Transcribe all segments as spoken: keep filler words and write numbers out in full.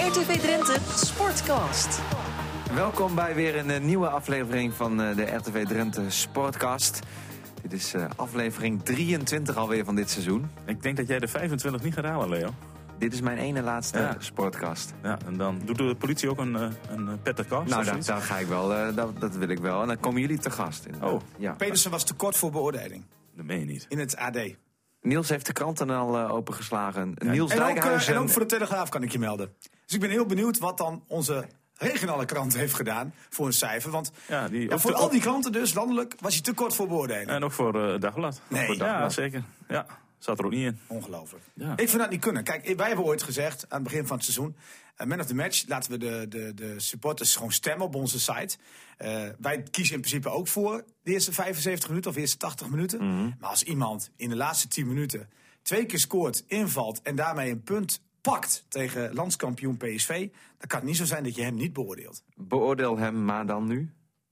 R T V Drenthe Sportcast. Welkom bij weer een uh, nieuwe aflevering van uh, de R T V Drenthe Sportcast. Dit is uh, aflevering drieëntwintig alweer van dit seizoen. Ik denk dat jij de vijfentwintig niet gaat halen, Leo. Dit is mijn ene laatste ja. sportcast. Ja, en dan doet de politie ook een, uh, een petterkast? Nou, dat, dat ga ik wel. Uh, dat, dat wil ik wel. En dan komen jullie te gast. Inderdaad. Oh. Ja. Pedersen was te kort voor beoordeling. Dat meen je niet. In het A D. Niels heeft de kranten al uh, opengeslagen. Ja. Niels en, ook, Dijkhuizen... uh, en ook voor de Telegraaf kan ik je melden. Dus ik ben heel benieuwd wat dan onze regionale krant heeft gedaan voor een cijfer. Want ja, die, ja, voor al die kranten dus, landelijk, was hij te kort voor beoordeling. En ook voor uh, Dagblad. Nee. Voor Dagblad. Ja, zeker. Ja, zat er ook niet in. Ongelooflijk. Ja. Ik vind dat niet kunnen. Kijk, wij hebben ooit gezegd, aan het begin van het seizoen... Uh, man of the match, laten we de, de, de supporters gewoon stemmen op onze site. Uh, wij kiezen in principe ook voor de eerste vijfenzeventig minuten of de eerste tachtig minuten. Mm-hmm. Maar als iemand in de laatste tien minuten twee keer scoort, invalt en daarmee een punt pakt tegen landskampioen P S V... dan kan het niet zo zijn dat je hem niet beoordeelt. Beoordeel hem maar dan nu?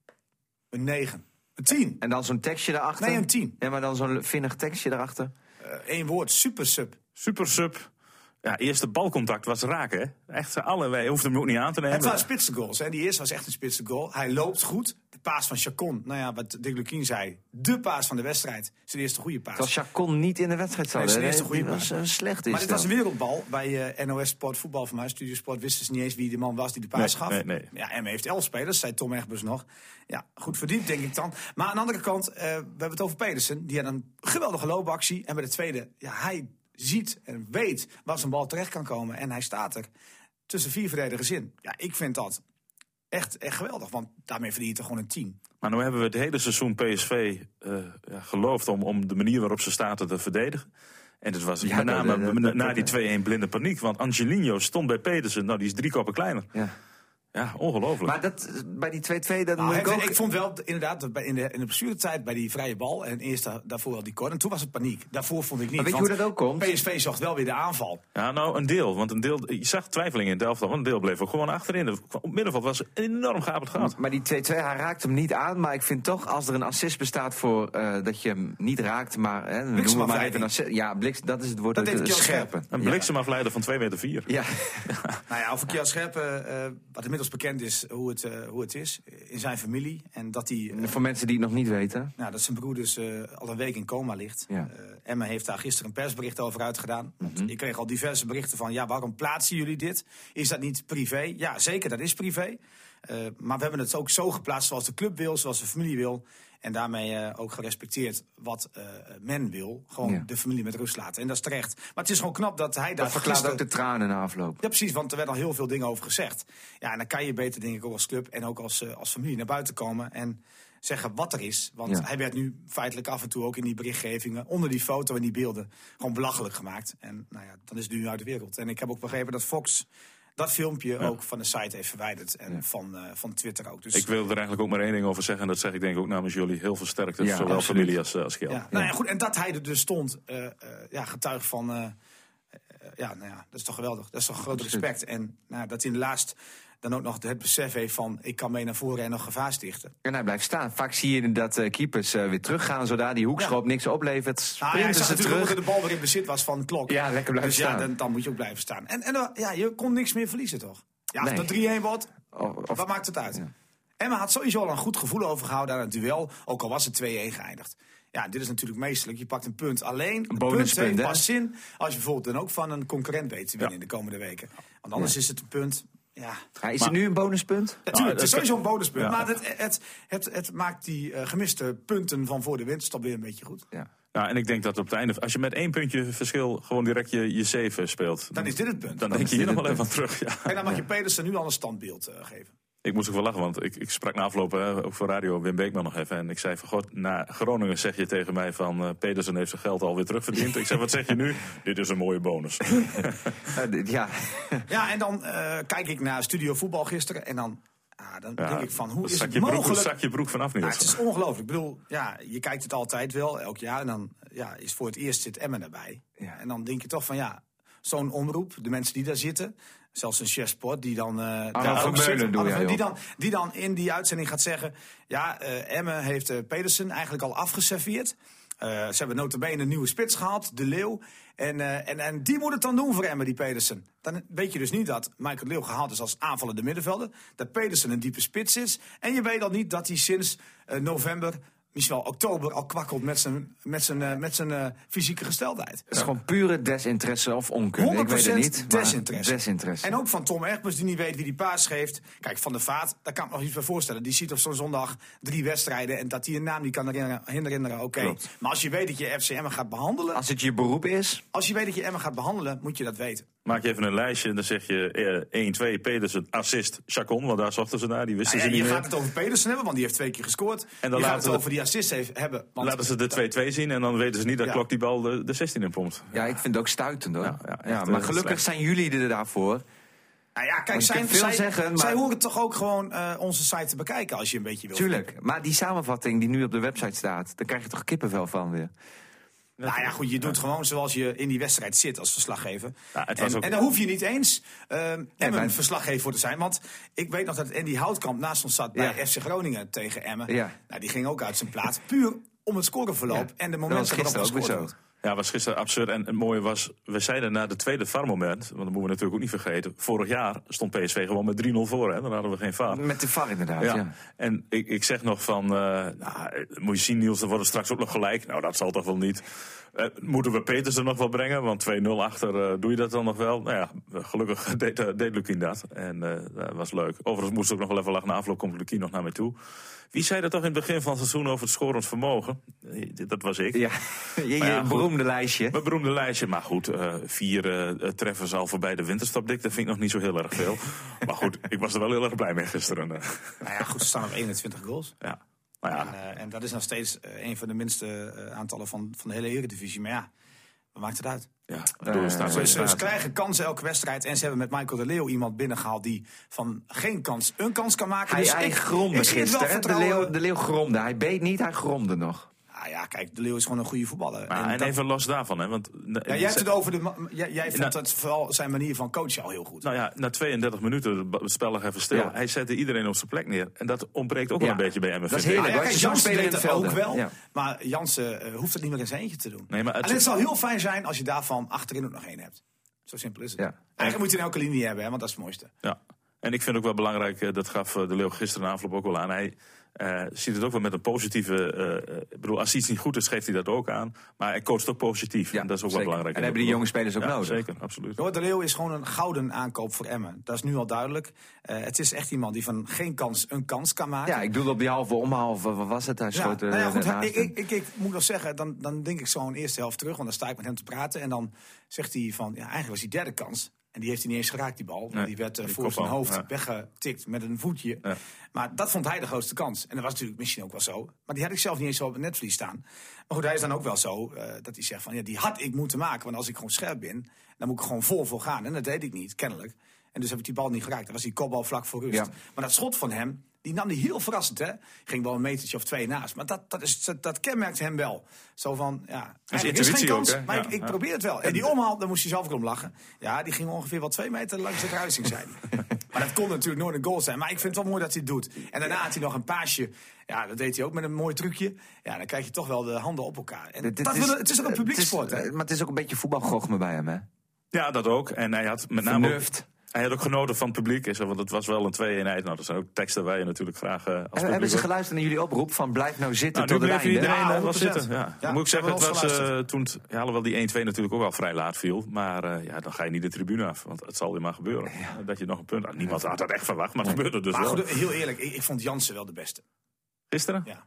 Een negen. Een tien. En dan zo'n tekstje erachter? Nee, een tien. Ja, maar dan zo'n vinnig tekstje erachter? Eén uh, woord, super sub. Super sub. Ja, eerste balcontact was raken, hè? Echt, alle, wij hoefden hem ook niet aan te nemen. Het waren spitse goals, hè? Die eerste was echt een spitse goal. Hij loopt goed. De paas van Chacon, nou ja, wat Dick Lukien zei, de paas van de wedstrijd. Zijn eerste goede paas. Als Chacon niet in de wedstrijd zat, nee, zijn eerste goede paas. Was, uh, slecht is maar dit was een wereldbal. Bij uh, N O S Sport Voetbal van mij, Studiosport, wisten ze niet eens wie de man was die de paas nee, gaf. Nee, nee. Ja, en heeft elf spelers, zei Tom Egbers nog. Ja, goed verdiend, denk ik dan. Maar aan de andere kant, uh, we hebben het over Pedersen. Die had een geweldige loopactie. En bij de tweede, ja, hij ziet en weet waar zijn bal terecht kan komen. En hij staat er tussen vier verdedigers in. Ja, ik vind dat echt, echt geweldig. Want daarmee verdient hij gewoon een tien. Maar nu hebben we het hele seizoen P S V uh, ja, geloofd om, om de manier waarop ze staten te verdedigen. En het was ja, met name de, de, de, de, na die twee-een blinde paniek. Want Angelino stond bij Pedersen. Nou, die is drie koppen kleiner. Ja. Ja, ongelooflijk. Maar dat, bij die twee-twee... Dat nou, moet ik, ook... ik vond wel, inderdaad, dat in de, in de blessuretijd bij die vrije bal... en eerst daarvoor al die corner, en toen was het paniek. Daarvoor vond ik niet. Maar weet je hoe dat ook komt? P S V zocht wel weer de aanval. Ja, nou, een deel. Want een deel, je zag twijfeling in het elftal, want een deel bleef ook gewoon achterin. Op het middenveld was een enorm gapend gat. Maar die twee-twee, hij raakt hem niet aan. Maar ik vind toch, als er een assist bestaat voor uh, dat je hem niet raakt... maar hè, we noemen maar even een assist. Ja, bliks, dat is het woord. Dat ook, scherpe. Een bliksemafleider van twee meter vier. Ja. Nou ja, over Kjell Scherpen, uh, wat inmiddels bekend is... Hoe het, uh, hoe het is in zijn familie. En dat hij, uh, voor mensen die het nog niet weten. Nou, dat zijn broer dus uh, al een week in coma ligt. Ja. Uh, Emma heeft daar gisteren een persbericht over uitgedaan. Mm-hmm. Ik kreeg al diverse berichten van... ja, waarom plaatsen jullie dit? Is dat niet privé? Ja, zeker, dat is privé. Uh, maar we hebben het ook zo geplaatst zoals de club wil, zoals de familie wil. En daarmee uh, ook gerespecteerd wat uh, men wil. Gewoon ja. de familie met rust laten. En dat is terecht. Maar het is gewoon knap dat hij daar... Dat verklaart gisteren... ook de tranen na afloop. Ja, precies, want er werden al heel veel dingen over gezegd. Ja, en dan kan je beter, denk ik, ook als club en ook als, uh, als familie naar buiten komen... en zeggen wat er is. Want ja. hij werd nu feitelijk af en toe ook in die berichtgevingen... onder die foto en die beelden gewoon belachelijk gemaakt. En nou ja, dan is het nu uit de wereld. En ik heb ook begrepen dat Fox... dat filmpje ja. ook van de site heeft verwijderd. En ja. van, uh, van Twitter ook. Dus ik wil er eigenlijk ook maar één ding over zeggen. En dat zeg ik denk ik ook namens jullie. Heel veel sterkte. Ja, zowel absoluut. Familie als, als geld. Ja. Ja. Nou ja, goed. En dat hij er dus stond. Uh, uh, ja, getuige van... Uh, uh, ja, nou ja, dat is toch geweldig. Dat is toch groot respect. En nou, dat hij in de laatst dan ook nog het besef heeft van... ik kan mee naar voren en nog gevaar stichten. En hij blijft staan. Vaak zie je dat uh, keepers uh, weer teruggaan... zodra die hoekschop ja. niks oplevert. Sprinten nou, ja, ze terug. Dat de bal weer in bezit was van de klok. Ja, lekker blijven dus staan. Ja, dan, dan moet je ook blijven staan. En, en ja, je kon niks meer verliezen, toch? Ja, als nee. dat drie-een wordt, of, of, wat maakt het uit? Ja. Emma had sowieso al een goed gevoel overgehouden aan het duel. Ook al was het twee-een geëindigd. Ja, dit is natuurlijk meestelijk. Je pakt een punt. Alleen, een punt heeft pas zin... als je bijvoorbeeld dan ook van een concurrent weet te winnen ja. in de komende weken. Want anders ja. is het een punt... Ja. Ja, is maar, het nu een bonuspunt? Natuurlijk, nou, het is sowieso een bonuspunt. Ja. Maar het, het, het, het maakt die uh, gemiste punten van voor de winterstop weer een beetje goed. Ja. Ja, en ik denk dat op het einde, als je met één puntje verschil gewoon direct je, je save speelt. Dan is dit het punt. Dan, dan denk je hier nog wel even aan terug. Ja. En dan mag je Pedersen nu al een standbeeld uh, geven. Ik moest ook wel lachen, want ik, ik sprak na afloop, hè, ook voor radio Wim Beekman nog even. En ik zei van, god, na Groningen zeg je tegen mij van... Uh, Pedersen heeft zijn geld alweer terugverdiend. Ik zei, wat zeg je nu? Dit is een mooie bonus. ja. ja, en dan uh, kijk ik naar Studio Voetbal gisteren en dan... Ah, dan ja, denk ik van, hoe is het mogelijk? Broek, zak je broek vanaf, Niels. Ja, het is ongelooflijk. Ik bedoel, ja, je kijkt het altijd wel, elk jaar. En dan ja, is voor het eerst zit Emmen erbij. Ja. En dan denk je toch van, ja, zo'n omroep, de mensen die daar zitten... Zelfs een chef sport die dan, uh, daar ook zit, doe jij, die, dan, die dan in die uitzending gaat zeggen... ja, uh, Emmen heeft uh, Pedersen eigenlijk al afgeserveerd... ze hebben nota bene een nieuwe spits gehaald, De Leeuw. En, uh, en, en die moet het dan doen voor Emmen, die Pedersen. Dan weet je dus niet dat Michael De Leeuw gehaald is als aanvallende middenvelder. Dat Pedersen een diepe spits is. En je weet al niet dat hij sinds uh, november... misschien wel oktober al kwakkelt met zijn, met zijn, uh, met zijn uh, fysieke gesteldheid. Het is ja. gewoon pure desinteresse of onkunde. honderd procent ik weet het niet, desinteresse. desinteresse. En ook van Tom Egbers die niet weet wie die paas geeft. Kijk, Van der Vaart, daar kan ik me nog iets bij voorstellen. Die ziet op zo'n zondag drie wedstrijden en dat hij een naam niet kan herinneren. Oké, okay. Maar als je weet dat je F C Emmen gaat behandelen... Als het je beroep is... Als je weet dat je Emmen gaat behandelen, moet je dat weten. Maak je even een lijstje en dan zeg je uh, één, twee, Pedersen, assist, Chacon, want daar zochten ze naar. Die wisten nou ja, ze niet je meer. gaat het over Pedersen hebben, want die heeft twee keer gescoord. En dan je gaat het over die assist hebben. Want laten ze de twee-twee zien en dan weten ze niet dat ja. Klok die bal de, de zestien in pompt. Ja, ik vind het ook stuitend hoor. Ja, ja, ja, maar gelukkig zijn jullie er daarvoor. Nou ja, kijk, zij, veel zij, zeggen, maar... zij horen toch ook gewoon uh, onze site te bekijken als je een beetje wil. Tuurlijk, maar die samenvatting die nu op de website staat, daar krijg je toch kippenvel van weer. Nou ja, goed, je doet gewoon zoals je in die wedstrijd zit als verslaggever. Ja, het was en, ook... en daar hoef je niet eens uh, Emmen ja, maar... verslaggever voor te zijn. Want ik weet nog dat Andy Houtkamp naast ons zat bij ja. F C Groningen tegen Emmen. Ja. Nou, die ging ook uit zijn plaats, puur om het scoreverloop ja. en de momenten waarop er gescoord wordt. Ja, was gisteren absurd. En het mooie was, we zeiden na de tweede V A R-moment... want dat moeten we natuurlijk ook niet vergeten... vorig jaar stond P S V gewoon met drie nul voor. Hè? Dan hadden we geen V A R. Met de V A R inderdaad, ja. ja. En ik, ik zeg nog van... Uh, nou, moet je zien, Niels, dan wordt het straks ook nog gelijk. Nou, dat zal toch wel niet. Uh, moeten we Peters er nog wel brengen? Want twee nul achter, uh, doe je dat dan nog wel? Nou ja, gelukkig deed, uh, deed Lukien dat. En uh, dat was leuk. Overigens moest ook nog wel even lachen. Na afloop komt Lukien nog naar mij toe. Wie zei dat toch in het begin van het seizoen over het scorend vermogen? Dat was ik. Ja, je, je ja, beroemde lijstje. Mijn beroemde lijstje. Maar goed, uh, vier uh, treffers al voorbij de winterstopdik. Dat vind ik nog niet zo heel erg veel. Maar goed, ik was er wel heel erg blij mee gisteren. Nou ja, goed, ze staan op eenentwintig goals. Ja. Maar ja. En, uh, en dat is nog steeds uh, een van de minste uh, aantallen van, van de hele Eredivisie. Maar ja, wat maakt het uit? Ja, uh, ze, ze, ze krijgen kansen elke wedstrijd. En ze hebben met Michael De Leeuw iemand binnengehaald die van geen kans een kans kan maken. Hij, dus hij ik, gromde ik gisteren. De Leeuw, de Leeuw gromde. Hij beet niet, hij gromde nog. Nou ja, kijk, De Leeuw is gewoon een goede voetballer. Maar, en en dat... even los daarvan, hè. Want, ja, jij hebt het over de... Jij, jij vond nou, het vooral zijn manier van coachen al heel goed. Nou ja, na tweeëndertig minuten het spel lag even stil. Ja. Hij zette iedereen op zijn plek neer. En dat ontbreekt ook ja. wel een beetje bij M V V. Dat is heerlijk. Ja, ja, kijk, Jansen deed dat ook wel. Ja. Maar Jansen uh, hoeft het niet meer in zijn eentje te doen. Nee, maar het... En het zal heel fijn zijn als je daarvan achterin ook nog één hebt. Zo simpel is het. Ja. Eigenlijk moet je in elke linie hebben, hè, want dat is het mooiste. Ja. En ik vind ook wel belangrijk, dat gaf De Leeuw gisteren na afloop ook wel aan. Hij uh, ziet het ook wel met een positieve... Uh, ik bedoel, als iets niet goed is, geeft hij dat ook aan. Maar hij coacht ook positief. Ja, en dat is ook zeker. Wel belangrijk. En hebben die jonge spelers ook ja, nodig. Zeker, absoluut. De Leeuw is gewoon een gouden aankoop voor Emmen. Dat is nu al duidelijk. Uh, het is echt iemand die van geen kans een kans kan maken. Ja, ik doe op die halve omhalve. Wat was het? Hij schoot ja, nou ja, goed, ik, ik, ik, ik moet nog zeggen, dan, dan denk ik zo een eerste helft terug. Want dan sta ik met hem te praten. En dan zegt hij van, ja, eigenlijk was die derde kans. En die heeft hij niet eens geraakt, die bal. Nee, die werd uh, die voor zijn hoofd ja. weggetikt met een voetje. Ja. Maar dat vond hij de grootste kans. En dat was natuurlijk misschien ook wel zo. Maar die had ik zelf niet eens zo op het netvlies staan. Maar goed, hij is dan ook wel zo uh, dat hij zegt van... ja, die had ik moeten maken. Want als ik gewoon scherp ben, dan moet ik gewoon vol voor gaan. En dat deed ik niet, kennelijk. En dus heb ik die bal niet geraakt. Dat was die kopbal vlak voor rust. Ja. Maar dat schot van hem... die nam hij heel verrassend, hè. Ging wel een metertje of twee naast. Maar dat, dat, is, dat, dat kenmerkt hem wel. Zo van, ja, eigenlijk is geen kans, ook, maar ja, ik, ik ja. probeer het wel. En die omhaal, daar moest hij zelf ook om lachen. Ja, die ging ongeveer wel twee meter langs de kruising zijn. Maar dat kon natuurlijk nooit een goal zijn. Maar ik vind het wel mooi dat hij het doet. En daarna had hij nog een paasje. Ja, dat deed hij ook met een mooi trucje. Ja, dan krijg je toch wel de handen op elkaar. En dit, dit dat is, wil, het is ook een publieksport, hè. Maar het is ook een beetje voetbalgochme bij hem, hè. Ja, dat ook. En hij had met name... Vernuft. Hij had ook genoten van het publiek, want het was wel een twee-eenheid. Nou, dat zijn ook teksten waar je natuurlijk graag uh, als publiek... Hebben ze geluisterd naar jullie oproep van blijf nou zitten nou, tot het einde? iedereen ja, wel zitten. Ja. Ja, dan moet ik zeggen, het was uh, toen, ja, alhoewel die één twee natuurlijk ook al vrij laat viel. Maar uh, ja, dan ga je niet de tribune af, want het zal je maar gebeuren. Ja. Dat je nog een punt... Nou, niemand had dat echt verwacht, maar het gebeurde dus maar wel. Goed, heel eerlijk, ik, ik vond Jansen wel de beste. Gisteren? Ja.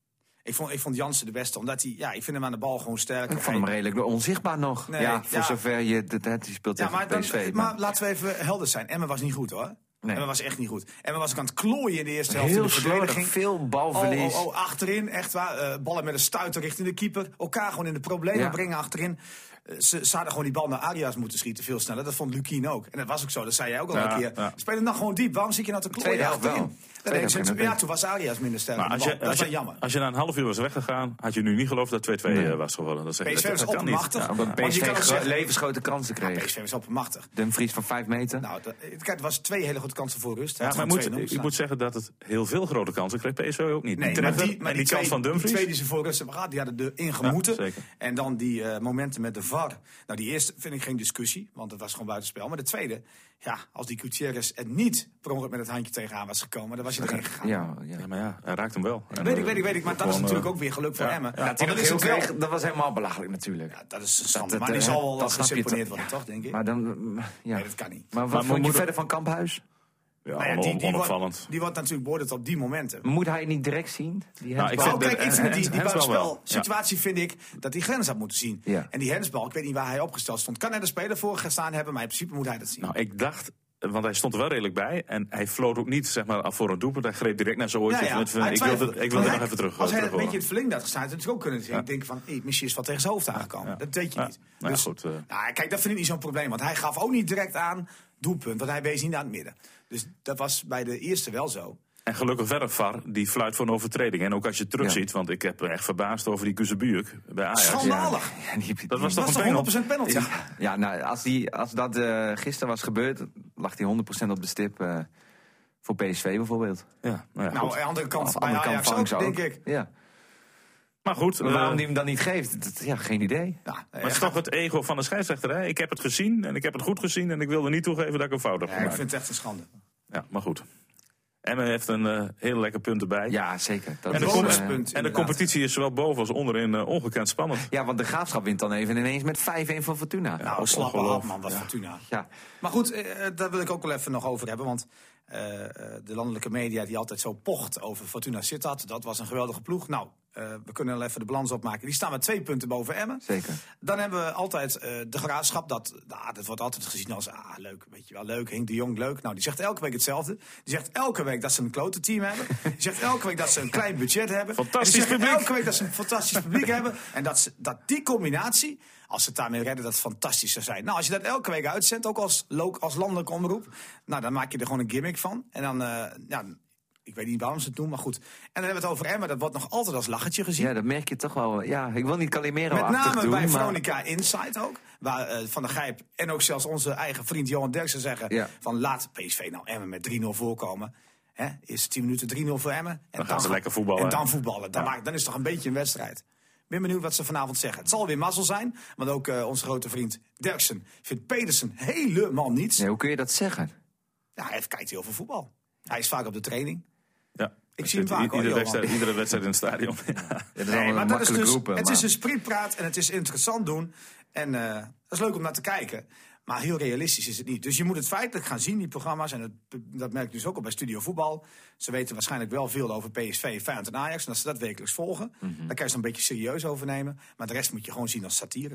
Ik vond, ik vond Jansen de beste, omdat hij, ja, ik vind hem aan de bal gewoon sterk. Ik vond hem redelijk onzichtbaar nog. Nee, ja, voor ja. zover je het, het speelt tegen ja, maar P S V. Dan, maar. maar laten we even helder zijn. Emmen was niet goed, hoor. Nee. Emmen was echt niet goed. Emmen was ook aan het klooien in de eerste helft. Heel in de verdediging. Veel balverlies. Oh, oh, oh, achterin, echt waar. Uh, ballen met een stuiter richting de keeper. Elkaar gewoon in de problemen ja. brengen achterin. Ze zouden gewoon die bal naar Arias moeten schieten, veel sneller. Dat vond Lukien ook. En dat was ook zo, dat zei jij ook al Ja, een keer. ja. Speel hem dan gewoon diep. Waarom zit je nou te klooien Tweede helft achterin? wel. Dan denk Tweede ik, helft ja, toen was Arias minder sterk. Maar als je, dat als, is wel je, jammer. als je na een half uur was weggegaan, had je nu niet geloofd dat twee twee Nee. uh, was geworden. Dat, zeg, P S V dat, was dat kan niet. oppermachtig. Ja, omdat Want je P S V kan ook gro- zeggen- levensgrote kansen Ja, kreeg. P S V was oppermachtig. Dumfries van vijf meter. Nou, dat, kijk, het was twee hele grote kansen voor rust. Ja, Het maar had moet, gewoon twee nul ik moet zeggen dat het heel veel grote kansen kreeg. P S V ook niet. Nee, die maar treffer die, maar en die, die twee, kans van die Dumfries. twee die ze voor rust hebben gehad, die hadden erin gemoeten. Ja, zeker. En dan die uh, momenten met de V A R. Nou, die eerste vind ik geen discussie, want het was gewoon buitenspel. Maar de tweede, ja, als die Gutierrez er niet per ongeluk met het handje tegenaan was gekomen, dan was je erin gegaan. Ja, ja. Ja, maar ja, hij raakt hem wel. En, Weet ik, uh, weet ik, weet ik. Maar dat is gewoon, natuurlijk uh, ook weer geluk voor ja. Emmen. Dat Want hij dan nog is heel het wel- kreeg, dat was helemaal belachelijk natuurlijk. Ja, dat is Dat- schande. dat, Maar die eh, zal wel dat snap je geseponeerd toch. worden, toch, denk ik? Maar dan, ja. Nee, dat kan niet. Maar wat Maar vond je moet- verder van Kamphuis? Ja, Nou ja, on- die, die, onopvallend. wordt, die wordt natuurlijk beoordeeld op die momenten. Moet hij niet direct zien? Die Nou, ik handsbal? vind Oh, kijk, ik de- vind die, hens- die hensbal wel. buitenspel-situatie vind ik dat hij grens had moeten zien. Ja. En die hensbal, ik weet niet waar hij opgesteld stond. Kan hij er speler voor gestaan hebben, maar in principe moet hij dat zien. Nou, ik dacht, want hij stond er wel redelijk bij. En hij floot ook niet zeg maar, af voor een doelpunt. Hij greep direct naar zijn oortje. Ja, ja. Ik wilde, Hij ik wilde, twijfelde. ik wilde Want nog hij- even terug. Als hij terug een beetje in horen. het verlengde had gestaan, had hij natuurlijk ook kunnen zien. Ja. Ik denk van, hey, misschien is wat tegen zijn hoofd aangekomen. Ja. Dat weet je Ja. niet. Nou, Dus, goed, uh. nou, kijk, dat vind ik niet zo'n probleem. Want hij gaf ook niet direct aan doelpunt. Want hij wees niet aan het midden. Dus dat was bij de eerste wel zo. En gelukkig verder V A R, die fluit voor een overtreding. En ook als je het terugziet, Ja. want ik heb me echt verbaasd over die Kuzebuurk bij Ajax. Schandalig. Ja, die- Dat was Dat toch was een toch penalty? honderd procent penalty? Ja, ja nou, als, die, als dat uh, gisteren was gebeurd, lag hij honderd procent op de stip uh, voor P S V bijvoorbeeld. Ja, nou ja, Nou, goed. aan de andere kant Of bij andere kant Ajax vangen ook, ze denk ik. Ja. Maar goed, Maar uh, waarom die hem dan niet geeft, dat, ja, geen idee. Ja, maar het is toch het ego van de scheidsrechter. Hè? Ik heb het gezien en ik heb het goed gezien. En ik wilde niet toegeven dat ik een fout heb ja, ik gemaakt. vind het echt een schande. Ja, maar goed. Emmen heeft een uh, heel lekker punt erbij. Ja, zeker. Dat En de, is, com- eh, bonuspunt. en de inderdaad. competitie is zowel boven als onderin uh, ongekend spannend. ja, want de Graafschap wint dan even ineens met vijf-een van Fortuna. Ja. Nou, slappe ongeloof. hap, man, wat Fortuna. Ja. Maar goed, eh, daar wil ik ook wel even nog over hebben. Want eh, de landelijke media die altijd zo pocht over Fortuna Sittard. Dat was een geweldige ploeg. Nou, uh, we kunnen wel even de balans opmaken. Die staan met twee punten boven Emmen. Zeker. Dan hebben we altijd uh, de Graafschap. Dat, nou, dat wordt altijd gezien als, ah, leuk, weet je wel, leuk. Henk de Jong, leuk. Nou, die zegt elke week hetzelfde. Die zegt elke week dat ze een klote team hebben. Die zegt elke week dat ze een klein budget hebben. Fantastisch en die zegt publiek. elke week dat ze een fantastisch publiek hebben. En dat, ze, dat die combinatie, als ze het daarmee redden, dat het fantastisch zou zijn. Nou, als je dat elke week uitzendt, ook als, als landelijke omroep, nou, dan maak je er gewoon een gimmick van. En dan, uh, ja, ik weet niet waarom ze het doen, maar goed. En dan hebben we het over Emmen, dat wordt nog altijd als lachertje gezien. Ja, dat merk je toch wel. Ja, ik wil niet Calimero Met name doen, bij maar... Veronica Insight ook. Waar uh, Van der Gijp en ook zelfs onze eigen vriend Johan Derksen zeggen, Ja. van laat P S V nou Emmen met drie nul voorkomen. Hè? Eerste tien minuten drie nul voor Emmen. En Dan gaan ze lekker voetballen, En hè? dan voetballen. Dan, Ja. maakt, dan is het toch een beetje een wedstrijd. Ik ben benieuwd wat ze vanavond zeggen. Het zal weer mazzel zijn, want ook uh, onze grote vriend Derksen vindt Pedersen helemaal niets. Nee, hoe kun je dat zeggen? Ja, hij kijkt heel veel voetbal. Hij is vaak op de training. Ja. Ik zie hem vaak, hoor, Iedere Johan. wedstrijd, iedere wedstrijd in het stadion. Ja, dat is Nee, allemaal maar een dat is makkelijk dus, roepen. het maar... is een sprietpraat en het is interessant doen. En uh, dat is leuk om naar te kijken. Maar heel realistisch is het niet. Dus je moet het feitelijk gaan zien, die programma's. En het, dat merk ik dus ook al bij Studio Voetbal. Ze weten waarschijnlijk wel veel over P S V, Feyenoord en Ajax. En als ze dat wekelijks volgen, Mm-hmm. dan kan je ze een beetje serieus overnemen. Maar de rest moet je gewoon zien als satire.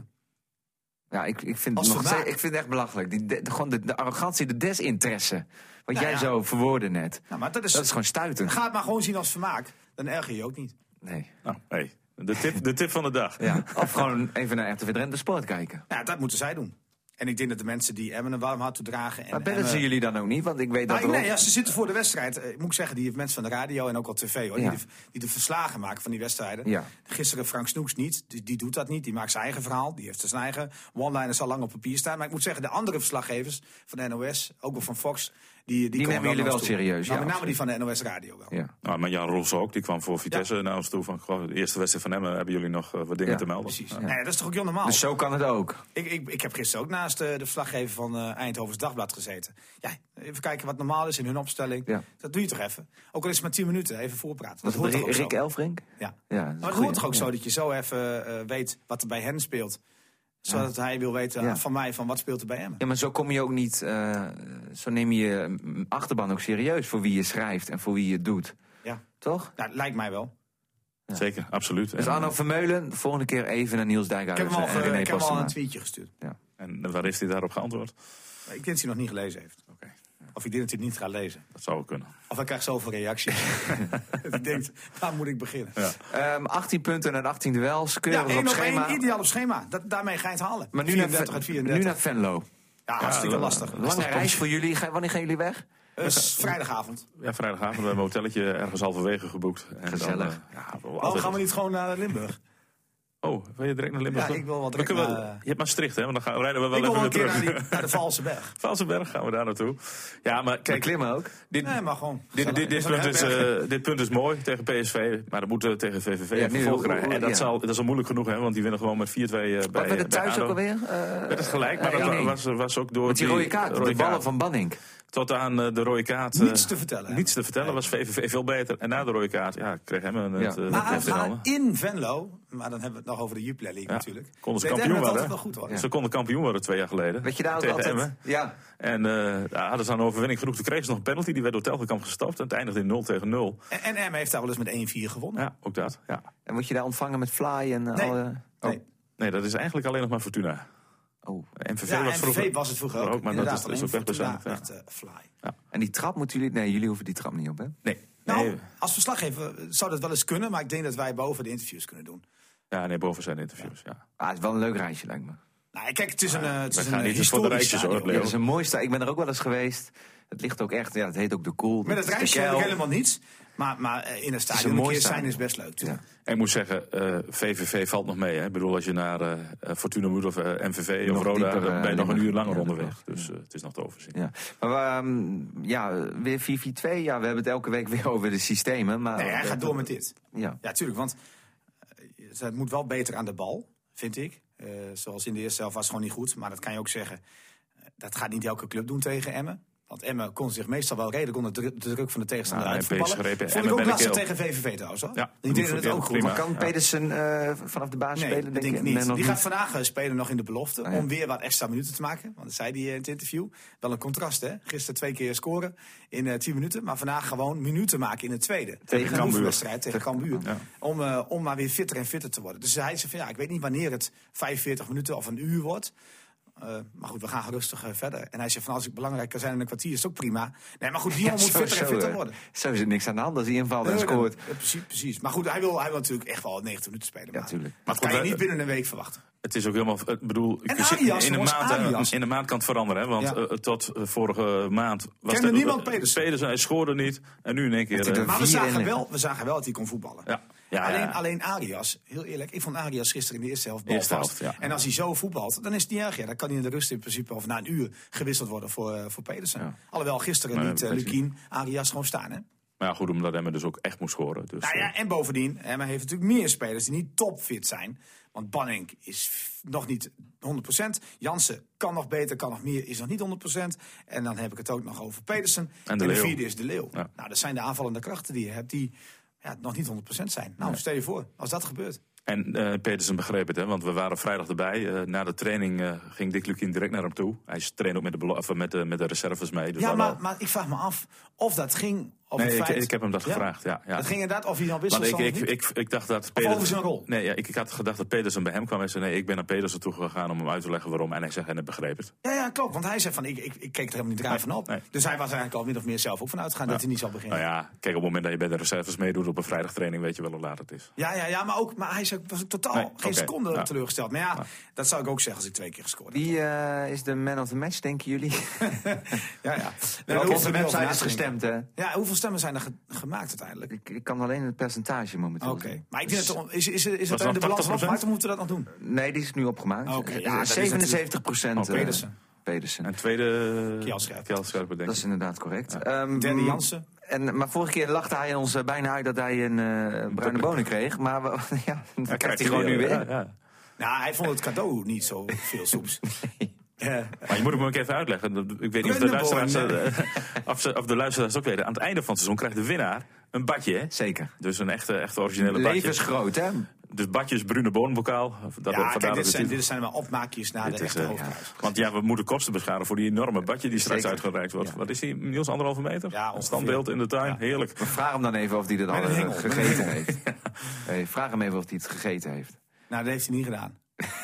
Ja, ik, ik, vind Als het nog vermaak. steeds, ik vind het echt belachelijk. Die, de, de- gewoon de, de arrogantie, de desinteresse. Wat Nou jij ja. zo verwoordde net. Nou, maar dat is, Dat is gewoon stuitend. Ga het maar gewoon zien als vermaak. Dan erger je je ook niet. Nee. Nou, hey, de, tip, de tip van de dag. Ja. Of gewoon even naar R T V Drenthe Sport kijken. Ja, dat moeten zij doen. En ik denk dat de mensen die Emmen een warm hart toedragen... En Maar bellen Emmen- ze jullie dan ook niet? Want ik weet dat Nou, er nee, ook- ja, ze zitten voor de wedstrijd. Eh, Ik moet zeggen, die mensen van de radio en ook al tv, hoor, Ja. die, de, die de verslagen maken van die wedstrijden. Ja. Gisteren Frank Snoeks niet, die, die doet dat niet. Die maakt zijn eigen verhaal, die heeft zijn eigen one-liners al lang op papier staan. Maar ik moet zeggen, de andere verslaggevers van de N O S, ook wel van Fox... Die, die, komen nemen jullie naar wel ons toe. serieus, Nou, ja, met name die absoluut. van de N O S radio wel. Ja. Nou, maar Jan Roels ook, die kwam voor Vitesse naar ons toe. Van, goh, de eerste wedstrijd van Emmen, hebben jullie nog uh, wat dingen Ja, te melden? Precies. Ja. Nee, dat is toch ook heel normaal? Dus zo kan het ook. Ik, ik, ik heb gisteren ook naast uh, de verslaggever van uh, Eindhovens Dagblad gezeten. Ja, even kijken wat normaal is in hun opstelling. Ja. Dat doe je toch even? Ook al is het maar tien minuten, even voorpraten. Dat Was hoort het toch ook Rick zo? Elfrink? Ja. Ja, dat is Maar een het hoort goeie. toch ook Ja. zo dat je zo even uh, weet wat er bij hen speelt. Zodat hij wil weten Ja. van mij van wat speelt er bij hem. Ja, maar zo kom je ook niet... Uh, zo neem je je achterban ook serieus voor wie je schrijft en voor wie je het doet. Ja. Toch? Nou, lijkt mij wel. Zeker, absoluut. Dus En, Arno Vermeulen, de volgende keer even naar Niels Ik heb Dijkhuizen hem al, en ge- René ik heb hem al Postema. een tweetje gestuurd. en waar heeft hij daarop geantwoord? Ik denk dat hij nog niet gelezen heeft. Oké. Of ik denk dat hij het niet gaat lezen. Dat zou wel kunnen. Of hij krijgt zoveel reacties. Dat hij denkt, waar moet ik beginnen? Ja. Um, achttien punten en achttien duels. Keurig Ja, op één op schema. één, ideaal op schema. Dat, daarmee ga je het halen. Maar nu naar, vierendertig uit vierendertig. nu naar Venlo. Ja, hartstikke Ja, lastig. Lange reis voor jullie. Ga, wanneer gaan jullie weg? Dus vrijdagavond. Ja, vrijdagavond. We hebben een hotelletje ergens halverwege geboekt. En Gezellig. Dan, uh, ja, we Waarom altijd... gaan we niet gewoon naar Limburg? Oh, wil je direct naar Limburg? Ja, ik wil wel Dan direct kunnen we- naar- Je hebt Maastricht, hè? Want dan gaan, rijden we wel Ik wil even wel een weer keer terug. naar, die, naar de Valsenberg. Valsenberg gaan we daar naartoe. Ja, maar Kijk, kijk, klimmen ook. dit, Nee, maar gewoon. dit, dit, dit, gezellig. punt is, Herberg. uh, dit punt is mooi tegen P S V. Maar dat moeten we tegen V V V Ja, even nu, vol hoe- krijgen. hoe- En dat, ja. zal, dat is al moeilijk genoeg, hè? Want die winnen gewoon met vier twee uh, bij Wat werd het bij thuis ADO. ook alweer? Uh, Werd het gelijk, maar uh, dat één één. was, was ook door Met die rode kaart, rode de ballen kaart. van Banning. Tot aan uh, de rode kaart. uh, Niets te vertellen, hè? Niets te vertellen, was V V V veel beter. En na de rode kaart, ja, kreeg hem een Ja. het, uh, Maar, heft in maar handen. in Venlo, maar dan hebben we het nog over de Jupiler League Ja, natuurlijk. konden ze Deed kampioen Emmen het worden. altijd wel goed, hoor. Ze konden kampioen worden twee jaar geleden. Weet je daar ook tegen altijd? Emmen. Ja. En uh, ja, hadden ze aan de overwinning genoeg. Toen kregen ze nog een penalty. Die werd door Telgekamp gestopt. En het eindigde in nul tegen nul. En, en Emmen heeft daar wel eens met één vier gewonnen. Ja, ook dat. Ja. En word je daar ontvangen met fly en uh, Nee. alle... Oh. Nee. Nee, dat is eigenlijk alleen nog maar Fortuna. Oh. M V V Ja, was en vroeger. V V was het vroeger ook. ook, maar dat Inderdaad, is, is ook alleen wegbezuinigd. Fortuna Ja. werd, uh, fly. En die trap moeten jullie... Nee, jullie hoeven die trap niet op, hè? Nee. Nou, nee. als verslaggever zou dat wel eens kunnen, maar ik denk dat wij boven de interviews kunnen doen. Ja, nee, boven zijn interviews. Ja. Ah, het is wel een leuk reisje, lijkt me. Nou, kijk, het is een, uh, het wij is gaan een niet eens voor de historisch reisjes, hoor, stadion. Leo. Ja, dat is een mooi sta- Ik ben er ook wel eens geweest. Het ligt ook echt... Ja, het heet ook de Koel. Met het Dat is de reisje heb ik Kuil. helemaal niets. Maar, maar uh, in een een stadion een mooi keer zijn stadion. is best leuk. Tuurlijk. En ik moet zeggen, uh, V V V valt nog mee. Hè? Ik bedoel, als je naar uh, Fortuna moet of uh, M V V Nog of Roda, dieper, uh, dan ben je nog een Limburg. uur langer Ja, onderweg. dat Dus uh, het is nog te overzien. Ja. Maar um, ja, weer vier vier twee. Ja, we hebben het elke week weer over de systemen. Maar Nee, hij gaat door met dit. Ja. Ja, tuurlijk, want uh, het moet wel beter aan de bal, vind ik. Uh, zoals in de eerste helft was het gewoon niet goed. Maar dat kan je ook zeggen, uh, dat gaat niet elke club doen tegen Emmen. Want Emmen kon zich meestal wel redelijk onder de druk van de tegenstander Nou, uitvoetballen. P S G greep Vond Emmen ik ook bij de lastig keel. tegen V V V trouwens, hoor. Ja, die deden het ja, ook goed. prima. Maar kan Ja. Pedersen uh, vanaf de baas Nee, spelen? dat denk ik je? Nee, niet. nog Die gaat vandaag uh, spelen nog in de belofte. Ah, ja. Om weer wat extra minuten te maken. Want dat zei hij uh, in het interview. Wel een contrast, hè. Gisteren twee keer scoren in uh, tien minuten. Maar vandaag gewoon minuten maken in het tweede. Tegen een Cambuur. wedstrijd tegen Cambuur. Ja. Om, uh, om maar weer fitter en fitter te worden. Dus hij zei van ja, ik weet niet wanneer het vijfenveertig minuten of een uur wordt. Uh, maar goed, we gaan rustig uh, verder. En hij zegt van als ik belangrijk kan zijn in een kwartier is het ook prima. Nee, maar goed, die jongen moet zo, fitter en zo, fitter hè. worden. Zo is er niks aan de hand als hij invalt en Nee, scoort. ja, precies, precies. Maar goed, hij wil, hij wil natuurlijk echt wel negentig minuten spelen. Ja, maar tuurlijk. maar dat kan je goed, niet binnen een week verwachten. Het is ook helemaal, ik bedoel, En je zit- Arias, in, een jongens, maand, eh, Arias. in een maand kan het veranderen. Hè? Want Ja. uh, tot uh, vorige maand was Kende er- niemand Pedersen. Pedersen, hij scoorde niet. En nu in één keer... Heeft hij uh, er Maar we vier zagen, in. wel, we zagen wel dat hij kon voetballen. ja. Ja, alleen, ja. alleen Arias, heel eerlijk, ik vond Arias gisteren in de eerste helft Eerste balvast. helft, ja. En als hij zo voetbalt, dan is het niet erg. Ja. Dan kan hij in de rust in principe of na een uur gewisseld worden voor, uh, voor Pedersen. Ja. Alhoewel gisteren Nee, niet uh, weet je Lukien, Arias gewoon staan. Hè? Maar ja, goed, omdat Emmen dus ook echt moest scoren. Dus, Nou ja, en bovendien, Emmen heeft natuurlijk meer spelers die niet topfit zijn. Want Banning is f- nog niet honderd procent. Jansen kan nog beter, kan nog meer, is nog niet honderd procent. En dan heb ik het ook nog over Pedersen. En de de Leeuw. vierde is de Leeuw. Ja. Nou, dat zijn de aanvallende krachten die je hebt die ja, nog niet honderd procent zijn. Nou, stel je voor, als dat gebeurt. En uh, Pedersen begreep het, hè, want we waren vrijdag erbij. Uh, na de training uh, ging Dick Lukien direct naar hem toe. Hij trainde ook met de, belo- of met de, met de reserves mee. Dus Ja, we maar, hadden al- maar ik vraag me af of dat ging of Nee, het ik, feit... ik heb hem dat Ja? gevraagd, ja. ja. Dat ging inderdaad of hij dan wisselde Want ik, of ik, niet? ik, ik dacht dat Of Pedersen... over zijn rol? Nee, ja, ik, ik had gedacht dat Pedersen bij hem kwam en zei... nee, ik ben naar Pedersen toe gegaan om hem uit te leggen waarom. En hij zegt, en hij begreep het. Ja, ja, klopt. Want hij zei van, ik, ik, ik keek er helemaal niet raar Nee, van op. nee. Dus hij was eigenlijk al min of meer zelf ook van uitgegaan dat hij niet zal beginnen. Nou ja, kijk, op het moment dat je bij de reserves meedoet op een vrijdagtraining... weet je wel hoe laat het is. Ja, ja, ja, maar, ook, maar hij zei, was ik totaal Nee, geen oké, seconde ja. teleurgesteld. Maar ja, dat zou ik ook zeggen als ik twee keer gescoord heb. Wie uh, is de man of the match, denken jullie? Ja, ja. Nee, Op daar hoef onze je niet over website na is te gestemd, hè? denken. Ja, hoeveel stemmen zijn er ge- gemaakt uiteindelijk? Ik, ik kan alleen het percentage momenteel Oké, zien. maar ik denk dat is, is, is, is Was het de dat balans tachtig procent? opgemaakt of moeten we dat nog doen? Nee, die is nu opgemaakt. Oké, Eh, ja, dat is zevenenzeventig procent. Oh, Pedersen. Pedersen. En tweede... Kjell Scherpen. Kjell Scherpen, denk Dat ik. is inderdaad correct. Ehm, Derde Jansen. En, maar vorige keer lachte hij ons uh, bijna uit dat hij een uh, bruine bonen kreeg. Maar we, ja, dat Ja, krijgt hij gewoon nu weer. Ja, ja. Nou, hij vond het cadeau niet zo veel soeps. Ja. Maar je moet hem ook even uitleggen. Dat- Ik weet niet of de luisteraars, uh, of, ze, of de luisteraars het ook weten. Aan het einde van het seizoen krijgt de winnaar een badje. Hè? Zeker. Dus een echte, echte originele badje. Levensgroot, hè? Dus badjes, brune boonbokaal. Dat Ja, vandaar kijk, dit dat zijn, het- dit zijn maar opmaakjes naar dit de is, echte uh, hoofdprijs. Want ja, we moeten kosten bescharen voor die enorme badje die straks Zeker. uitgereikt wordt. Ja. Wat is die, Niels, anderhalve meter? Ja, een ongeveer. standbeeld in de tuin, Ja. heerlijk. We vragen hem dan even of hij dat al Met een uh, hengel, met een gegeten hengel. heeft. Hey, vraag hem even of hij het gegeten heeft. Nou, dat heeft hij niet gedaan.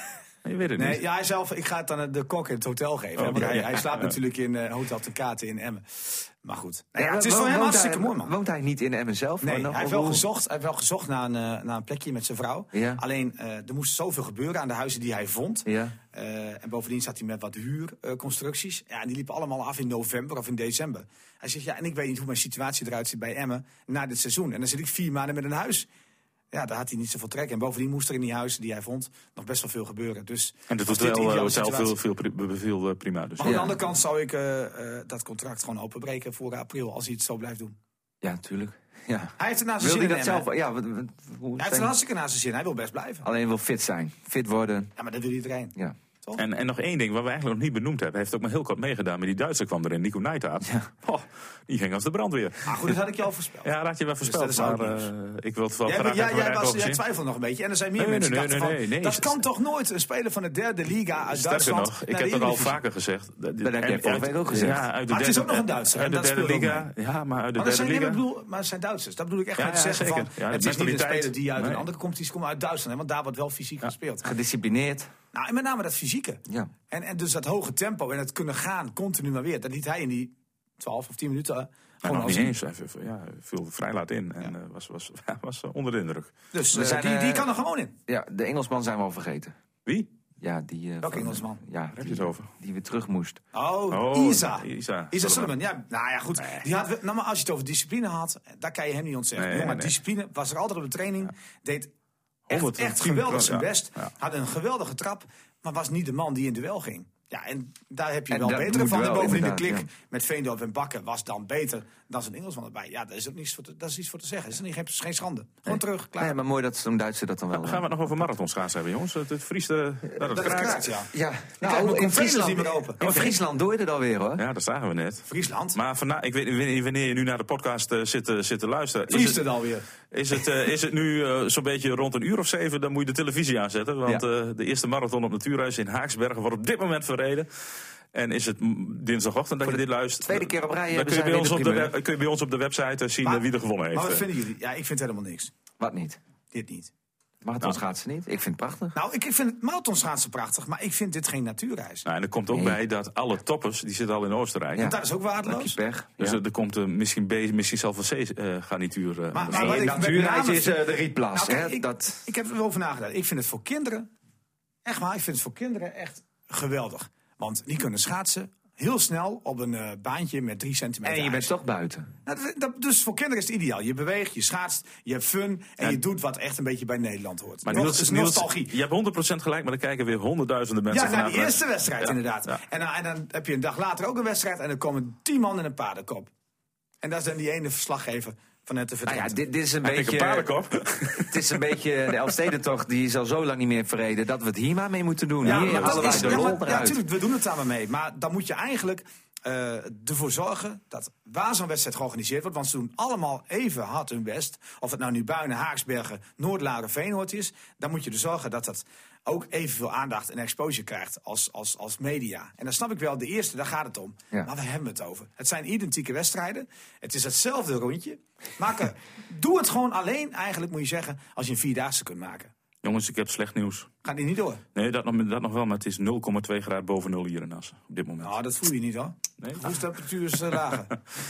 Je weet het nee, niet. ja, hij zelf, ik ga het aan de kok in het hotel geven. Oh, hè, want ja, hij, ja. hij slaapt Ja. natuurlijk in uh, Hotel Ten Kate in Emmen. Maar goed. Nou ja, Ja, het is wo- voor hem woont hartstikke hij- mooi, man. Woont hij niet in Emmen zelf? Nee, Of nog- hij heeft of wel hoe- gezocht, hij heeft wel gezocht naar een, uh, naar een plekje met zijn vrouw. Ja. Alleen, uh, er moest zoveel gebeuren aan de huizen die hij vond. Ja. Uh, en bovendien zat hij met wat huurconstructies. Uh, ja, en die liepen allemaal af in november of in december. Hij zegt, ja, en ik weet niet hoe mijn situatie eruit ziet bij Emmen na dit seizoen. En dan zit ik vier maanden met een huis. Ja, daar had hij niet zoveel trek. En bovendien moest er in die huizen die hij vond nog best wel veel gebeuren. Dus En dat was doet dit de wel ideale zelf situatie. veel, veel, pri- veel eh, prima. Dus. Maar aan Ja. de andere kant zou ik uh, uh, dat contract gewoon openbreken voor april. Als hij het zo blijft doen. Ja, natuurlijk. Ja. Hij heeft het naar zijn Wil zin hij in dat Emmen, zelf? hè? Ja, wat, wat- hoe Hij heeft het zijn- hartstikke naar zijn zin. Hij wil best blijven. Alleen wil fit zijn. Fit worden. Ja, maar dat wil iedereen. Ja. Toch? En, en nog één ding wat we eigenlijk nog niet benoemd hebben. Hij heeft ook maar heel kort meegedaan. Maar die Duitser kwam erin, Nico Neithaert. Ja. Oh, die ging als de brandweer. Maar goed, dat had ik je al voorspeld. Ja, dat had je wel voorspeld. Dus dat is ook maar nieuws. eh, ik wil het wel Jij, graag jij, even jij, eruit was, over jij zien. twijfelt nog een beetje. En er zijn meer Nee, mensen nee, die dachten nee, van... nee, nee. dat kan toch nooit een speler van de derde liga uit Sterker Duitsland... nog, ik naar heb de het al Eredivisie. vaker gezegd. Dat heb jij vorige week ook gezegd. Ja, uit de Maar het is derde- ook nog een Duitser, Uit hè? de Dat derde speelt ook liga. Ja, maar uit de Maar dat derde zijn, nee, maar liga. ik bedoel, maar het zijn Duitsers. Dat bedoel ik echt Ja, met te ja, zeggen zeker. van... Ja, de het is niet een mentaliteit. speler die uit Nee. een andere competitie komt uit Duitsland. Hè, want daar wordt wel fysiek gespeeld. Gedisciplineerd. Nou, en met name dat fysieke. Ja. En, en dus dat hoge tempo en het kunnen gaan, continu maar weer. Dat liet hij in die twaalf of tien minuten... uh, Maar gewoon nog al niet zien. eens. Hij viel- ja, viel vrij laat in. En eh, was, was, was eh, onder de indruk. Dus We uh, zijn, die, die eh, kan er gewoon in. Ja, de Engelsman zijn we al vergeten. Wie? Ja, die... eh, Welke van- Engelsman? Ja, heb je die, het over? die weer terug moest. Oh, Oh, Isa. Isa. Isa Sullivan. Sullivan. Ja, nou ja, goed. Die had, nou, maar als je het over discipline had, daar kan je hem niet ontzeggen. Nee, Nee, maar nee. discipline was er altijd op de training. Deed echt, honderdtien echt geweldig zijn ja. best. Ja. Had een geweldige trap, maar was niet de man die in duel ging. Ja, en daar heb je En wel dat betere moet van. En wel, bovendien de inderdaad, klik ja. met Veendorp en Bakker was dan beter dan zijn Engelsman erbij. Ja, daar is ook niets voor te, dat is iets voor te zeggen. Dat is niet, geen, geen schande. Gewoon terug, klaar. Nee, maar mooi dat zo'n Duitser dat dan wel... Gaan we het nog over marathonschaatsen hebben, jongens? Het, het vriest... eh, dat het dat het kraakt. kraakt, ja. Ja, krijg nou, mijn in containers Friesland, niet meer open. in Friesland doe je het alweer, hoor. Ja, dat zagen we net. Friesland. Maar vandaag, ik weet niet wanneer je nu naar de podcast uh, zit, uh, zit te luisteren. Is Vriest het, het alweer. is het, uh, is het nu uh, zo'n beetje rond een uur of zeven, dan moet je de televisie aanzetten. Want Ja. uh, de eerste marathon op Natuurhuis in Haaksbergen wordt op dit moment verreden. En is het m- dinsdagochtend dat Voor je de dit luistert? tweede keer op rij Dan hebben kun je, zij bij ons weer op de de primeur. web- kun je bij ons op de website uh, zien Maar- uh, wie er gewonnen heeft. Maar wat Uh, vinden jullie? Ja, ik vind helemaal niks. Wat niet? Dit niet. Marathonschaatsen niet? Ik vind het prachtig. Nou, ik, ik vind het marathonschaatsen prachtig, maar ik vind dit geen natuurreis. nou, en er komt ook Nee. bij dat alle toppers, die zitten al in Oostenrijk. Ja. Dat is ook Dank waardeloos. je, pech. Dus Ja. er, er komt uh, misschien, be- misschien zelfs een C-garnituur. Uh, Maar- aan de maar slag. wat ik- Natuurreis met is name- eh, de Rietplas. Nou, kijk, hè? ik, dat... ik heb er wel over nagedacht. Ik vind het voor kinderen, echt waar, ik vind het voor kinderen echt geweldig. Want die kunnen schaatsen heel snel op een uh, baantje met drie centimeter En je bent ijs. toch buiten. Nou, dat- dat- dus voor kinderen is het ideaal. Je beweegt, je schaatst, je hebt fun en Ja. je doet wat echt een beetje bij Nederland hoort. Maar Nog- Niels, het is Niels, nostalgie. je hebt honderd procent gelijk, maar dan kijken weer honderdduizenden mensen Ja, na vanavond. die eerste wedstrijd Ja, inderdaad. ja. En, dan, en dan heb je een dag later ook een wedstrijd en dan komen tien man in een paardenkop. En dat is dan die ene verslaggever van het T V Nou ja, Drenthe. dit, dit is een Heb ik beetje... een paardenkop? Het is een beetje de Elfstedentocht, die is al zo lang niet meer verreden, dat we het hier maar mee moeten doen. Ja, hier maar dat halen wij is, de ja, rol maar, ja, eruit. natuurlijk, we doen het daar maar mee. Maar dan moet je eigenlijk uh, ervoor zorgen dat waar zo'n wedstrijd georganiseerd wordt, want ze doen allemaal even hard hun best. Of het nou nu Buinen, Haaksbergen, Noordlaren, Veenoord is, dan moet je er zorgen dat dat ook evenveel aandacht en exposure krijgt als, als, als media. En dan snap ik wel, de eerste, daar gaat het om. Ja. Maar we hebben het over. Het zijn identieke wedstrijden. Het is hetzelfde rondje. Maak er, doe het gewoon alleen, eigenlijk moet je zeggen, als je een vierdaagse kunt maken. Jongens, ik heb slecht nieuws. Gaat die niet door? Nee, dat nog, dat nog wel, maar het is nul komma twee graden boven nul hier in Assen op dit moment. Nou, dat voel je niet hoor. Nee? De temperatuur is uh, lager.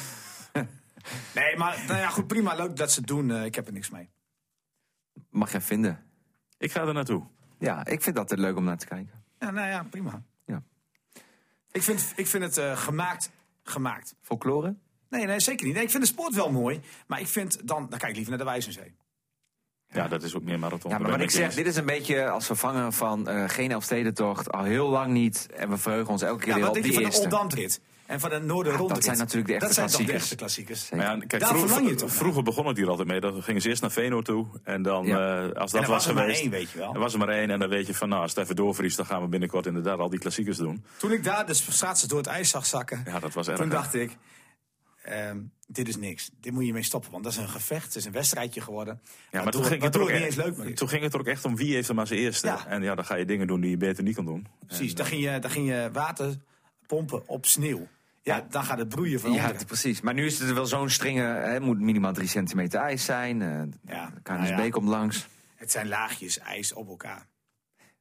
Nee, maar nou ja, goed, prima. Leuk dat ze het doen. Uh, ik heb er niks mee. Mag jij vinden. Ik ga er naartoe. Ja, ik vind het altijd leuk om naar te kijken. Ja, nou ja, prima. Ja. Ik vind, ik vind het uh, gemaakt. gemaakt. Folklore? Nee, nee, zeker niet. Nee, ik vind de sport wel mooi. Maar ik vind dan... Dan kijk ik liever naar de Wijzenzee. Ja, dat is ook meer marathon. Ja, maar wat ik zeg, dit is een beetje als vervanger van uh, geen Elfstedentocht. Al heel lang niet. En we verheugen ons elke keer Ja, weer wat op denk die je van de eerste. Oldamtrit? En van de Noorderrondrit? dat zijn natuurlijk de echte Dat zijn toch de klassiekers. echte klassiekers? Zeker. Maar ja, kijk, Daar vroeger, verlang je toch naar? vroeger begon het hier altijd mee. Dan gingen ze eerst naar Veenoord toe. En dan, Ja. uh, als En dat er was was er maar geweest... één, weet je wel. Er was er maar één. En dan weet je van, nou, als het even doorvriest... dan gaan we binnenkort inderdaad al die klassiekers doen. Toen ik daar de schaatsers door het ijs zag zakken... Ja, dat was erg. Toen hè? dacht ik, um, dit is niks. Dit moet je mee stoppen, want dat is een gevecht. Het is een wedstrijdje geworden. Ja, maar toen ging, het waardoor er ook het niet echt, eens leuk meer is. toen ging het er ook echt om wie heeft hem als eerste. Ja. En ja, dan ga je dingen doen die je beter niet kan doen. Precies, En, dan ging, je, dan ging je water pompen op sneeuw. Ja, dan gaat het broeien van Ja, onderen. het- precies. Maar nu is het wel zo'n strenge... Het moet minimaal drie centimeter ijs zijn. Uh, Ja, de K N S B nou ja. komt langs. Het zijn laagjes ijs op elkaar.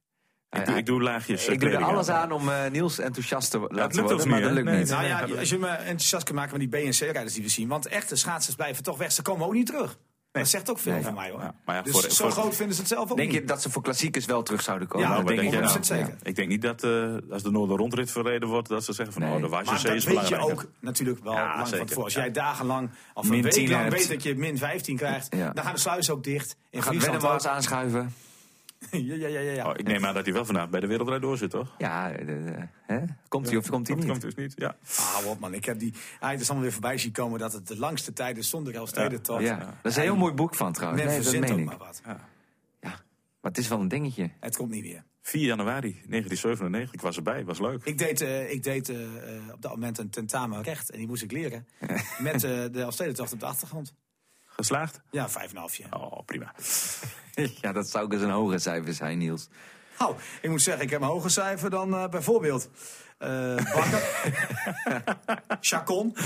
Ik, doe, ik doe laagjes. Ik doe er alles aan om uh, Niels enthousiast te laten lukt worden, niet, maar dat lukt nee, niet. Nou ja, als je me enthousiast kan maken met die B en C-rijders die we zien. Want echte schaatsers blijven toch weg. Ze komen ook niet terug. Nee. Dat zegt ook veel nee, van ja, mij hoor. Ja, maar ja, dus voor, zo voor, groot vinden ze het zelf ook denk niet. Denk je dat ze voor klassiekers wel terug zouden komen? Ja, nou, dat denk ik ja, zeker. Ja. Ik denk niet dat uh, als de Noorderrondrit verreden wordt, dat ze zeggen van nee. oh, de Wajse C is belangrijk. Maar dat weet je ook hè? natuurlijk wel ja, lang zeker. van tevoren. Als jij dagenlang of een week lang weet dat je min vijftien krijgt, ja. dan gaan de sluizen ook dicht. In Gaat Wennemars aanschuiven? ja, ja, ja, ja. Oh, ik neem aan dat hij wel vanavond bij de Wereldrijd door zit, toch? Ja, de, de, hè? Komt hij ja, of komt hij niet? Komt dus niet, ja. Ah, wat man, ik heb die eigenlijk allemaal weer voorbij zien komen dat het de langste tijd is zonder Elfstedentocht. Ja. Ja. Dat is een heel mooi boek van trouwens. Men nee, verzint dat meen ook ik. maar wat. Ja. ja, maar het is wel een dingetje. Het komt niet weer. vier januari negentien zevenennegentig, ik was erbij, was leuk. Ik deed, uh, ik deed uh, op dat moment een tentamen recht en die moest ik leren. Met uh, de Elfstedentocht op de achtergrond. Geslaagd? Ja, vijf komma vijf. Ja. Oh, prima. Ja, dat zou ook eens een hoger cijfer zijn, Niels. Nou, ik moet zeggen, ik heb een hoger cijfer dan uh, bijvoorbeeld uh, Bakker, Chacon.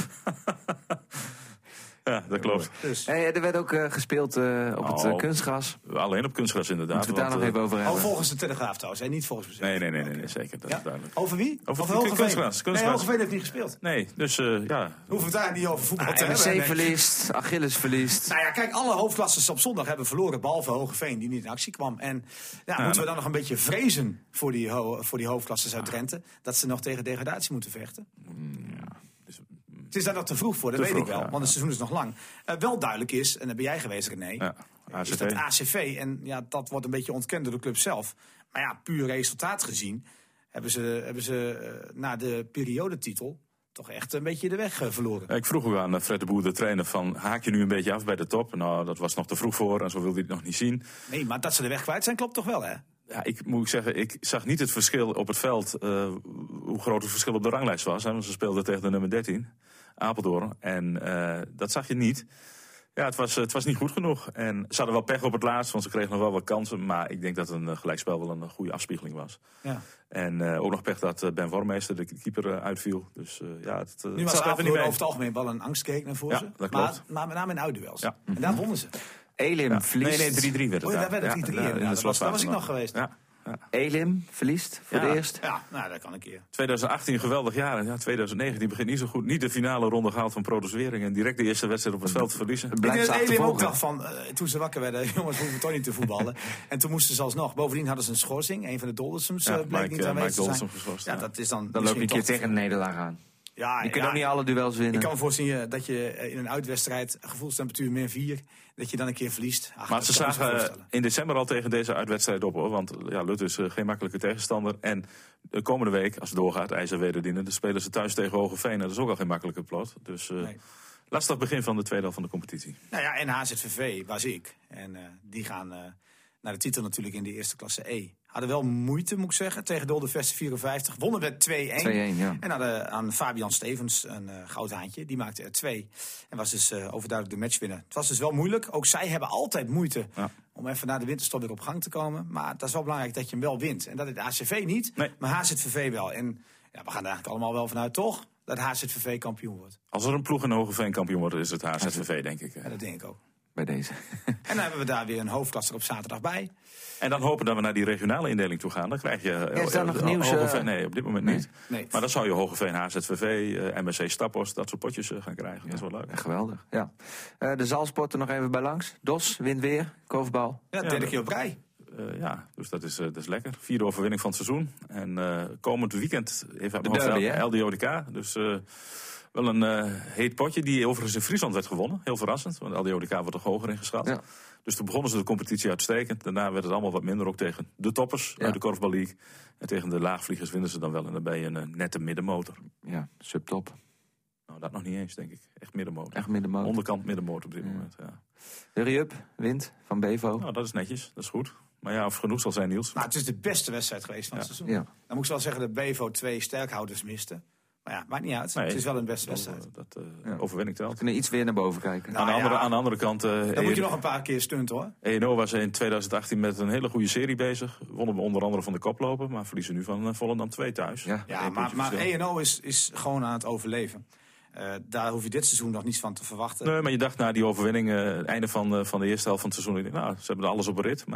Ja, dat klopt. Dus. Hey, er werd ook uh, gespeeld uh, op oh, het uh, kunstgras. Alleen op kunstgras inderdaad. Moeten we het daar nog even over hebben? Oh, volgens de Telegraaf trouwens, hè? Niet volgens mij. Nee, nee, nee, nee, nee, zeker. Dat ja? is duidelijk. Over wie? Over, over Hogeveen. Kunstgras, kunstgras. Nee, Hogeveen heeft niet gespeeld. Nee, dus uh, ja. Hoeven we het daar niet over voetbal ah, te hebben? M C verliest, Achilles verliest. Nou ja, kijk, alle hoofdklassen op zondag hebben verloren, behalve Hogeveen, die niet in actie kwam. En ja, ja, moeten we dan nog een beetje vrezen voor die, ho voor die hoofdklassen uit Drenthe, dat ze nog tegen degradatie moeten vechten? Ja. Het is daar nog te vroeg voor, dat te weet vroeg, ik wel, ja, want het seizoen is nog lang. Uh, wel duidelijk is, en daar ben jij geweest, René, ja, A C V. is dat A C V. En ja, dat wordt een beetje ontkend door de club zelf. Maar ja, puur resultaat gezien hebben ze, hebben ze uh, na de periodetitel toch echt een beetje de weg uh, verloren. Ik vroeg ook aan Fred de Boer, de trainer, van haak je nu een beetje af bij de top? Nou, dat was nog te vroeg voor en zo wilde hij het nog niet zien. Nee, maar dat ze de weg kwijt zijn, klopt toch wel, hè? Ja, ik moet zeggen, ik zag niet het verschil op het veld, uh, hoe groot het verschil op de ranglijst was. Hè, want ze speelden tegen de nummer dertien, Apeldoorn. En uh, dat zag je niet. Ja, het was, het was niet goed genoeg. En ze hadden wel pech op het laatst, want ze kregen nog wel wat kansen. Maar ik denk dat een uh, gelijkspel wel een goede afspiegeling was. Ja. En uh, ook nog pech dat uh, Ben Vormeester, de keeper, uh, uitviel. Dus uh, ja, het, uh, nu was Apeldoorn over het algemeen wel een angstgekner voor ja, ze. Dat maar, klopt. maar met name in uitduels. Ja. En daar wonnen ze. Elim ja. verliest. Nee, nee, drie drie werd het. Oh, daar werd het drie drie. Ja, ja, ja, dat was, daar was ik nog geweest. Ja. Ja. Elim verliest voor ja. de eerst. Ja, nou, dat kan een keer. twintig achttien, geweldig jaar. Ja, twintig negentien begint niet zo goed. Niet de finale ronde gehaald van Produswering. En direct de eerste wedstrijd op het veld verliezen. Ik denk dat Elim ook dacht van, uh, toen ze wakker werden, jongens, we hoeven toch niet te voetballen. En toen moesten ze alsnog. Bovendien hadden ze een schorsing. Een van de Doldersums ja, uh, bleek Mike, niet uh, aanwezig te zijn. Geschorst, ja, ja, dat is dan... Dan loop je een keer tegen een nederlaag aan. Ja, je kunt ja, ook niet alle duels winnen. Ik kan me voorstellen dat je in een uitwedstrijd, gevoelstemperatuur min vier, dat je dan een keer verliest. Ach, maar ze zagen in december al tegen deze uitwedstrijd op, hoor. Want ja, Lut is uh, geen makkelijke tegenstander. En de komende week, als het doorgaat, IJzer-Wederdienen, dan spelen ze thuis tegen Hogeveen. Dat is ook al geen makkelijke plot. Dus uh, nee. lastig begin van de tweede helft van de competitie. Nou ja, en H Z V V was ik. En uh, die gaan uh, naar de titel natuurlijk in de eerste klasse E. Hadden wel moeite, moet ik zeggen, tegen Dolder Vest vierenvijftig. Wonnen met twee één. twee één, ja. En hadden aan Fabian Stevens een uh, goudhaantje. Die maakte er twee. En was dus uh, overduidelijk de matchwinner. Het was dus wel moeilijk. Ook zij hebben altijd moeite ja. om even na de winterstop weer op gang te komen. Maar dat is wel belangrijk dat je hem wel wint. En dat het A C V niet, nee. maar H Z V V wel. En ja, we gaan er eigenlijk allemaal wel vanuit, toch? Dat H Z V V kampioen wordt. Als er een ploeg in Hogeveen kampioen wordt, is het H Z V V, denk ik. Ja, dat denk ik ook. Bij deze. En dan hebben we daar weer een hoofdklasse op zaterdag bij. En dan hopen dat we naar die regionale indeling toe gaan. Dan krijg je... Ja, is daar nog nieuws? Hogeveen, nee, op dit moment nee. niet. Nee. Maar dan zou je Hogeveen, H Z V V, uh, M S C Stappos, dat soort potjes uh, gaan krijgen. Ja, dat is wel leuk. Ja, geweldig, ja. Uh, de zaalsporten nog even bij langs. Dos, wint weer, korfbal. Ja, derde ja, keer op rij. Uh, ja, dus dat is, uh, dat is lekker. Vierde overwinning van het seizoen. En uh, komend weekend even de derby, L D O D K. Dus... Uh, Wel een uh, heet potje die overigens in Friesland werd gewonnen. Heel verrassend, want L D O D K wordt er hoger ingeschat. Ja. Dus toen begonnen ze de competitie uitstekend. Daarna werd het allemaal wat minder, ook tegen de toppers ja. uit de Korfbal League. En tegen de laagvliegers winnen ze dan wel. En dan ben je een uh, nette middenmotor. Ja, subtop. Nou, dat nog niet eens, denk ik. Echt middenmotor. Echt middenmotor. Onderkant middenmotor op dit ja. moment, ja. Hurry-up, wint van Bevo. Nou, dat is netjes, dat is goed. Maar ja, of genoeg zal zijn, Niels. Nou, het is de beste wedstrijd geweest van het ja. seizoen. Ja. Dan moet ik wel zeggen dat Bevo twee sterkhouders miste. Maar ja, maakt niet uit. Nee, het is wel een beste wedstrijd. Dat uh, ja. overwinning telt. We kunnen iets weer naar boven kijken. Nou, aan, de andere, ja. aan de andere kant... Uh, Dan e moet je nog een paar keer stunt, hoor. E N O was in twintig achttien met een hele goede serie bezig. Wonnen we onder andere van de koploper. Maar verliezen nu van uh, Volendam twee thuis. Ja, ja maar, maar E N O is, is gewoon aan het overleven. Uh, daar hoef je dit seizoen nog niets van te verwachten. Nee, maar je dacht na die overwinning... Uh, het einde van, uh, van de eerste helft van het seizoen... Ik dacht, nou, ze hebben er alles op een rit, maar...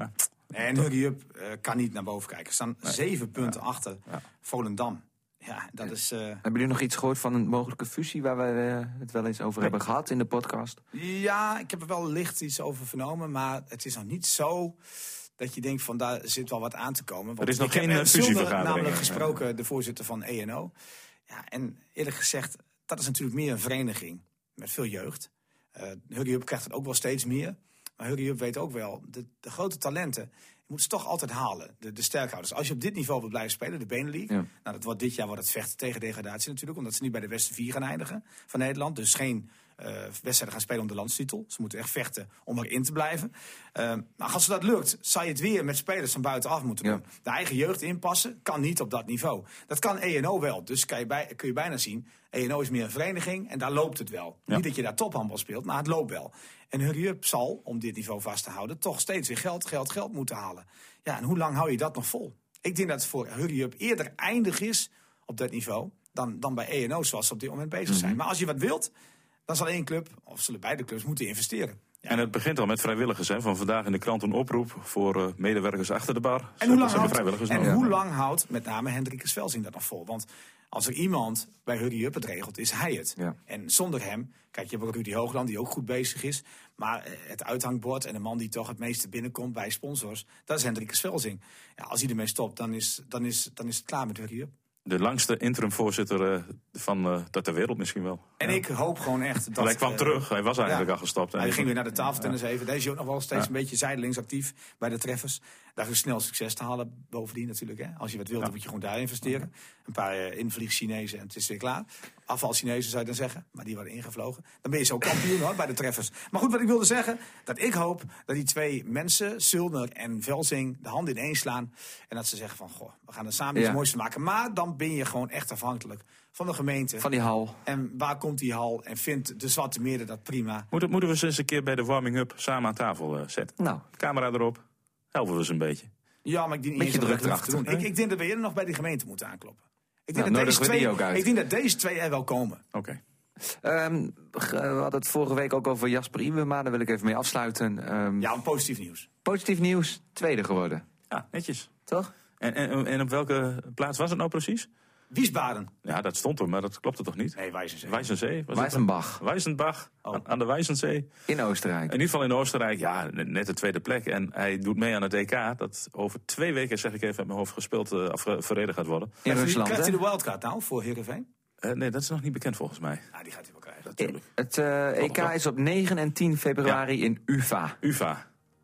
En Hurry Up uh, kan niet naar boven kijken. Ze staan nee. zeven punten ja. achter ja. Volendam. Ja, dat is... Uh... Hebben jullie nog iets gehoord van een mogelijke fusie waar we uh, het wel eens over nee. hebben gehad in de podcast? Ja, ik heb er wel licht iets over vernomen, maar het is nog niet zo dat je denkt van daar zit wel wat aan te komen. Want er is nog ik geen heb fusievergadering. namelijk gesproken, de voorzitter van E N O. Ja, en eerlijk gezegd, dat is natuurlijk meer een vereniging met veel jeugd. Uh, Hurry Up krijgt het ook wel steeds meer. Maar Hurry Up weet ook wel, de, de grote talenten moeten ze toch altijd halen, de, de sterkhouders. Als je op dit niveau wil blijven spelen, de Benelux. Ja. Nou, dat wordt dit jaar wordt het vechten tegen degradatie natuurlijk. Omdat ze niet bij de beste vier gaan eindigen van Nederland. Dus geen uh, wedstrijden gaan spelen om de landstitel. Ze moeten echt vechten om erin te blijven. Uh, maar als dat lukt, zou je het weer met spelers van buitenaf moeten doen. Ja. De eigen jeugd inpassen kan niet op dat niveau. Dat kan E N O wel. Dus kan je, bij, kun je bijna zien, E N O is meer een vereniging en daar loopt het wel. Ja. Niet dat je daar tophandbal speelt, maar het loopt wel. En Hurry Up zal, om dit niveau vast te houden, toch steeds weer geld, geld, geld moeten halen. Ja, en hoe lang hou je dat nog vol? Ik denk dat het voor Hurry Up eerder eindig is op dat niveau dan, dan bij E N O zoals ze op dit moment bezig zijn. Mm-hmm. Maar als je wat wilt, dan zal één club, of zullen beide clubs, moeten investeren. Ja. En het begint al met vrijwilligers. Hè? Van vandaag in de krant een oproep voor uh, medewerkers achter de bar. En, hoe lang, houdt, vrijwilligers en ja. hoe lang houdt met name Hendrikus Velsing dat nog vol? Want als er iemand bij Hurry Up het regelt, is hij het. Ja. En zonder hem, kijk, je hebt ook Rudy Hoogland die ook goed bezig is. Maar het uithangbord en de man die toch het meeste binnenkomt bij sponsors, dat is Hendrikus Velsing. Ja, als hij ermee stopt, dan is, dan, is, dan is het klaar met Hurry Up. De langste interimvoorzitter uh, van uh, dat ter wereld misschien wel. En ja. ik hoop gewoon echt dat... hij kwam uh, terug, hij was eigenlijk ja. al gestopt. Hij ging weer naar de tafeltennis ja. even. Deze is ook nog wel steeds ja. een beetje zijdelings actief bij de treffers. Daar is snel succes te halen bovendien natuurlijk. Hè. Als je wat wilt, ja. dan moet je gewoon daar investeren. Een paar uh, invlieg Chinezen en het is weer klaar. Afval Chinezen zou je dan zeggen, maar die worden ingevlogen. Dan ben je zo kampioen hoor, bij de treffers. Maar goed, wat ik wilde zeggen, dat ik hoop dat die twee mensen, Sulner en Velsing, de handen ineen slaan. En dat ze zeggen van, goh, we gaan er samen iets ja. moois van maken. Maar dan ben je gewoon echt afhankelijk van de gemeente. Van die hal. En waar komt die hal? En vindt de Zwarte Meerder dat prima? Moeten, moeten we ze eens een keer bij de warming-up samen aan tafel uh, zetten? Nou. Camera erop. Helpen we ze een beetje. Ja, maar ik denk niet eens druk erachter doen. Ik, ik denk dat we eerder nog bij die gemeente moeten aankloppen. Ik denk, nou, dat, deze twee, ook uit. ik denk dat deze twee er wel komen. Oké. Okay. Um, we hadden het vorige week ook over Jasper Iwema. Daar wil ik even mee afsluiten. Um, ja, een positief nieuws. Positief nieuws. Tweede geworden. Ja, netjes. Toch? En, en, en op welke plaats was het nou precies? Wiesbaden. Ja, dat stond er, maar dat klopte toch niet? Nee, Wijzenzee. Wijzenzee? Wijzenbach. Wijzenbach, oh. aan, aan de Wijzenzee. In Oostenrijk. In ieder geval in Oostenrijk, ja, net de tweede plek. En hij doet mee aan het E K, dat over twee weken, zeg ik even uit mijn hoofd, gespeeld, uh, of verreden gaat worden. In ja, Rusland, Krijgt hij de wildcard nou voor Heerenveen? Uh, nee, dat is nog niet bekend volgens mij. Ja, die gaat hij wel krijgen. Natuurlijk. Het uh, E K is op negen en tien februari ja. in Ufa. Ufa.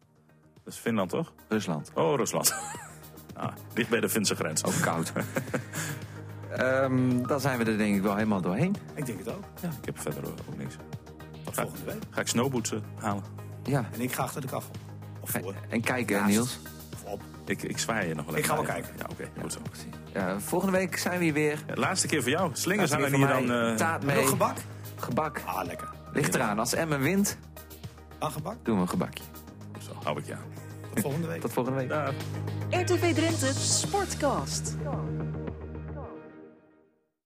Dat is Finland, toch? Rusland. Oh, Rusland. ah, dicht bij de Finse grens. Ook koud. Um, dan zijn we er denk ik wel helemaal doorheen. Ik denk het ook. Ja, ik heb verder ook niks. Tot volgende week. Ga ik snowbootsen halen. Ja. En ik ga achter de kachel. Of voor. En, en kijken, ja, Niels. Of op. Ik, ik zwaai je nog wel even. Ik ga wel kijken. Ja, oké. Okay, ja, goed zo. Precies. Ja, volgende week zijn we hier weer. Ja, laatste keer voor jou. Slingers hangen hier dan... Uh... Taart mee. Nog gebak? Gebak. Ah, lekker. Ligt eraan. Als Emmen wint... Dan gebak? Doen we een gebakje. Zo, hou ik je aan. Tot volgende week. Tot volgende week. Dag. R T V Drenthe Sportcast.